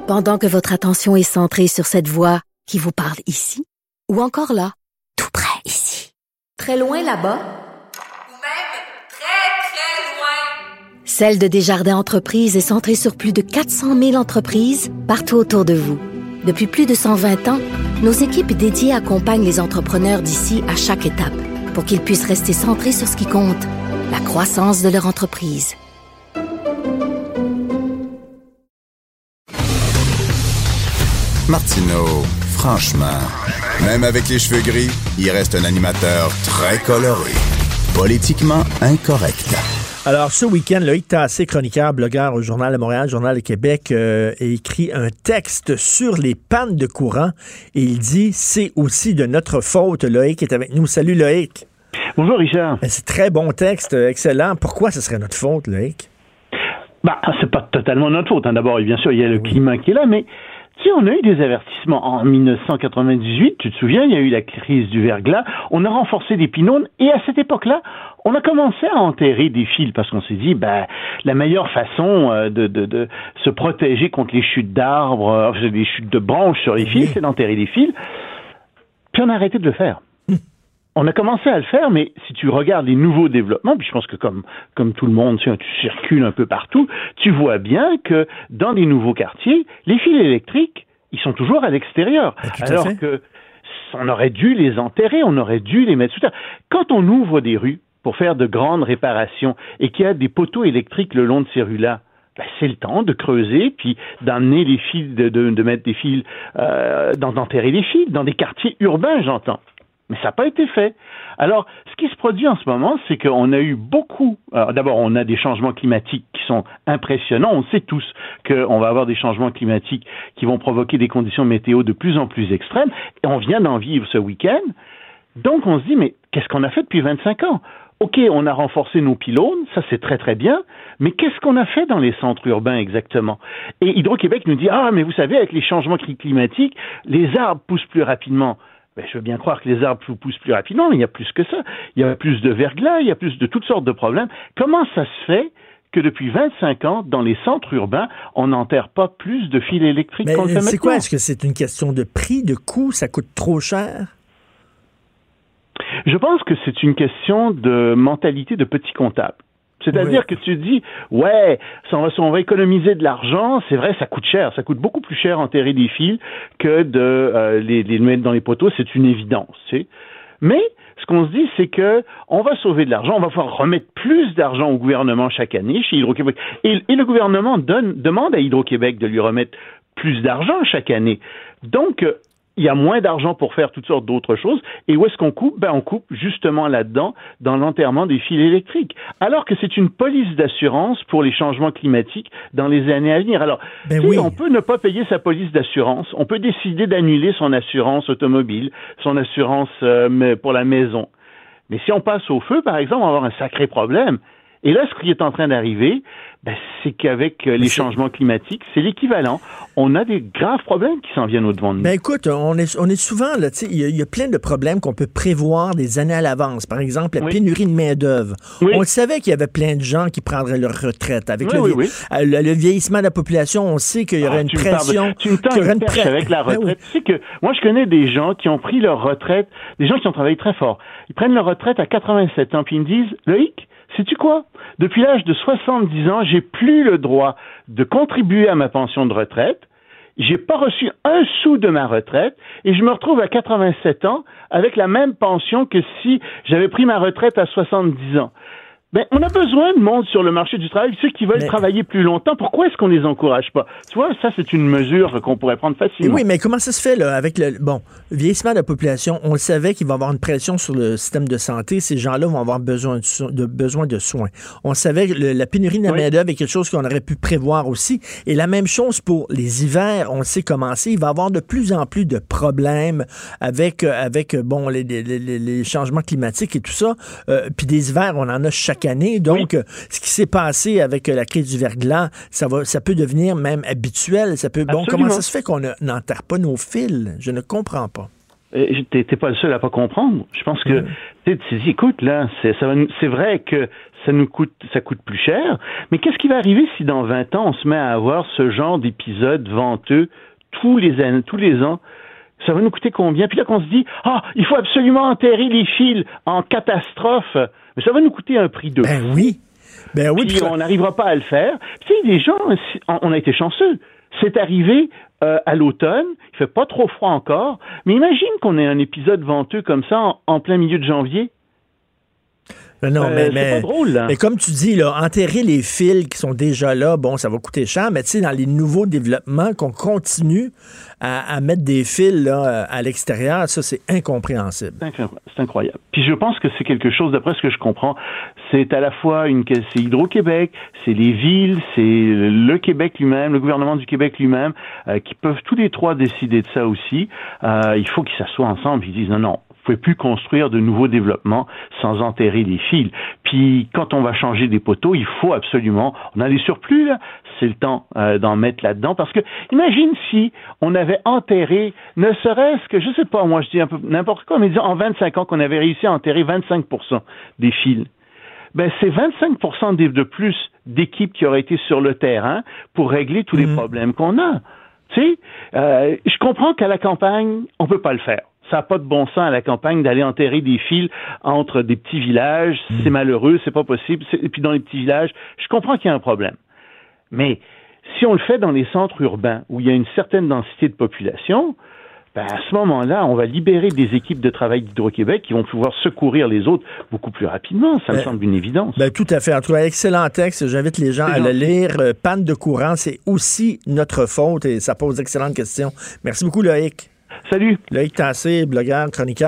Pendant que votre attention est centrée sur cette voix qui vous parle ici, ou encore là, tout près ici, très loin là-bas, ou même très, très loin. Celle de Desjardins Entreprises est centrée sur plus de 400 000 entreprises partout autour de vous. Depuis plus de 120 ans, nos équipes dédiées accompagnent les entrepreneurs d'ici à chaque étape pour qu'ils puissent rester centrés sur ce qui compte, la croissance de leur entreprise. Martineau, franchement, même avec les cheveux gris, il reste un animateur très coloré, politiquement incorrect. Alors, ce week-end, Loïc Tassé, chroniqueur, blogueur au Journal de Montréal, Journal de Québec, a écrit un texte sur les pannes de courant et il dit « C'est aussi de notre faute ». Loïc est avec nous. Salut, Loïc. Bonjour, Richard. C'est très bon texte, excellent. Pourquoi ce serait notre faute, Loïc? C'est pas totalement notre faute. D'abord, bien sûr, il y a le climat qui est là, mais tu sais, on a eu des avertissements en 1998, tu te souviens, il y a eu la crise du verglas, on a renforcé des pylônes, et à cette époque-là, on a commencé à enterrer des fils, parce qu'on s'est dit, la meilleure façon de se protéger contre les chutes d'arbres, les chutes de branches sur les fils, c'est d'enterrer des fils. Puis on a arrêté de le faire. On a commencé à le faire, mais si tu regardes les nouveaux développements, puis je pense que comme tout le monde, tu circules un peu partout, tu vois bien que dans les nouveaux quartiers, les fils électriques, ils sont toujours à l'extérieur. Alors que on aurait dû les enterrer, on aurait dû les mettre sous terre. Quand on ouvre des rues pour faire de grandes réparations et qu'il y a des poteaux électriques le long de ces rues-là, c'est le temps de creuser, puis d'emmener les fils, de mettre des fils, d'enterrer les fils dans des quartiers urbains, j'entends. Mais ça n'a pas été fait. Alors, ce qui se produit en ce moment, c'est qu'on a eu beaucoup... d'abord, on a des changements climatiques qui sont impressionnants. On sait tous qu'on va avoir des changements climatiques qui vont provoquer des conditions météo de plus en plus extrêmes. Et on vient d'en vivre ce week-end. Donc, on se dit, mais qu'est-ce qu'on a fait depuis 25 ans? OK, on a renforcé nos pylônes, ça c'est très très bien, mais qu'est-ce qu'on a fait dans les centres urbains exactement? Et Hydro-Québec nous dit, mais vous savez, avec les changements climatiques, les arbres poussent plus rapidement. Je veux bien croire que les arbres poussent plus rapidement, mais il y a plus que ça. Il y a plus de verglas, il y a plus de toutes sortes de problèmes. Comment ça se fait que depuis 25 ans, dans les centres urbains, on n'enterre pas plus de fils électriques qu'on le fait maintenant? C'est quoi? Est-ce que c'est une question de prix, de coût? Ça coûte trop cher? Je pense que c'est une question de mentalité de petit comptable. C'est-à-dire que tu dis, on va économiser de l'argent, c'est vrai, ça coûte cher, ça coûte beaucoup plus cher enterrer des fils que de les mettre dans les poteaux, c'est une évidence, tu sais. Mais ce qu'on se dit, c'est que on va sauver de l'argent, on va pouvoir remettre plus d'argent au gouvernement chaque année chez Hydro-Québec. Et le gouvernement demande à Hydro-Québec de lui remettre plus d'argent chaque année. Donc, il y a moins d'argent pour faire toutes sortes d'autres choses. Et où est-ce qu'on coupe? On coupe justement là-dedans, dans l'enterrement des fils électriques. Alors que c'est une police d'assurance pour les changements climatiques dans les années à venir. Alors, on peut ne pas payer sa police d'assurance. On peut décider d'annuler son assurance automobile, son assurance pour la maison. Mais si on passe au feu, par exemple, on va avoir un sacré problème. Et là, ce qui est en train d'arriver, c'est qu'avec les changements climatiques, c'est l'équivalent. On a des graves problèmes qui s'en viennent au-devant de nous. Écoute, on est souvent, là, tu sais, il y a plein de problèmes qu'on peut prévoir des années à l'avance. Par exemple, la pénurie de main-d'œuvre. On savait qu'il y avait plein de gens qui prendraient leur retraite. Avec le vieillissement de la population, on sait qu'il y aurait une pression. Tu me tends une perche avec la retraite. Tu sais que moi, je connais des gens qui ont pris leur retraite, des gens qui ont travaillé très fort. Ils prennent leur retraite à 87 ans, puis ils me disent, Loïc, sais-tu quoi? Depuis l'âge de 70 ans, j'ai plus le droit de contribuer à ma pension de retraite. J'ai pas reçu un sou de ma retraite et je me retrouve à 87 ans avec la même pension que si j'avais pris ma retraite à 70 ans. On a besoin de monde sur le marché du travail, ceux qui veulent travailler plus longtemps. Pourquoi est-ce qu'on les encourage pas? Tu vois, ça, c'est une mesure qu'on pourrait prendre facilement. Oui, mais comment ça se fait, là, avec le vieillissement de la population? On le savait qu'il va y avoir une pression sur le système de santé. Ces gens-là vont avoir besoin de soins. On savait que la pénurie de la main-d'œuvre est quelque chose qu'on aurait pu prévoir aussi. Et la même chose pour les hivers. On le sait commencer. Il va y avoir de plus en plus de problèmes avec les changements climatiques et tout ça. Puis des hivers, on en a chaque année. Donc, ce qui s'est passé avec la crise du verglas, ça peut devenir même habituel. Comment ça se fait qu'on n'enterre pas nos fils? Je ne comprends pas. T'es pas le seul à pas comprendre. Je pense que tu te dis, écoute, là, c'est vrai que ça coûte plus cher. Mais qu'est-ce qui va arriver si dans 20 ans, on se met à avoir ce genre d'épisodes venteux tous les ans? Ça va nous coûter combien? Puis là, qu'on se dit, il faut absolument enterrer les fils en catastrophe. Mais ça va nous coûter un prix de fou. Ben oui. Puis on n'arrivera pas à le faire. Puis tu sais, les gens, on a été chanceux. C'est arrivé à l'automne, il fait pas trop froid encore, mais imagine qu'on ait un épisode venteux comme ça en plein milieu de janvier. Non, c'est pas drôle, là. Mais comme tu dis, là, enterrer les fils qui sont déjà là, bon, ça va coûter cher, mais tu sais, dans les nouveaux développements, qu'on continue à mettre des fils là, à l'extérieur, ça, c'est incompréhensible. C'est incroyable. Puis je pense que c'est quelque chose, d'après ce que je comprends, c'est à la fois c'est Hydro-Québec, c'est les villes, c'est le Québec lui-même, le gouvernement du Québec lui-même, qui peuvent tous les trois décider de ça aussi. Il faut qu'ils s'assoient ensemble et ils disent non. Vous pouvez plus construire de nouveaux développements sans enterrer les fils. Puis, quand on va changer des poteaux, il faut absolument, on a des surplus, là, c'est le temps d'en mettre là-dedans. Parce que, imagine si on avait enterré, ne serait-ce que, je sais pas, moi je dis un peu n'importe quoi, mais disons en 25 ans qu'on avait réussi à enterrer 25% des fils. Ben, c'est 25% de plus d'équipes qui auraient été sur le terrain pour régler tous les problèmes qu'on a. Tu sais, je comprends qu'à la campagne, on peut pas le faire. Ça n'a pas de bon sens à la campagne d'aller enterrer des fils entre des petits villages. C'est malheureux, c'est pas possible. Et puis dans les petits villages, je comprends qu'il y a un problème. Mais si on le fait dans les centres urbains où il y a une certaine densité de population, ben à ce moment-là, on va libérer des équipes de travail d'Hydro-Québec qui vont pouvoir secourir les autres beaucoup plus rapidement. Ça me semble une évidence. Ben, tout à fait. En tout cas, excellent texte. J'invite les gens à le lire. Panne de courant, c'est aussi notre faute et ça pose d'excellentes questions. Merci beaucoup, Loïc. Salut. Loïc Tassé, blogueur, chroniqueur.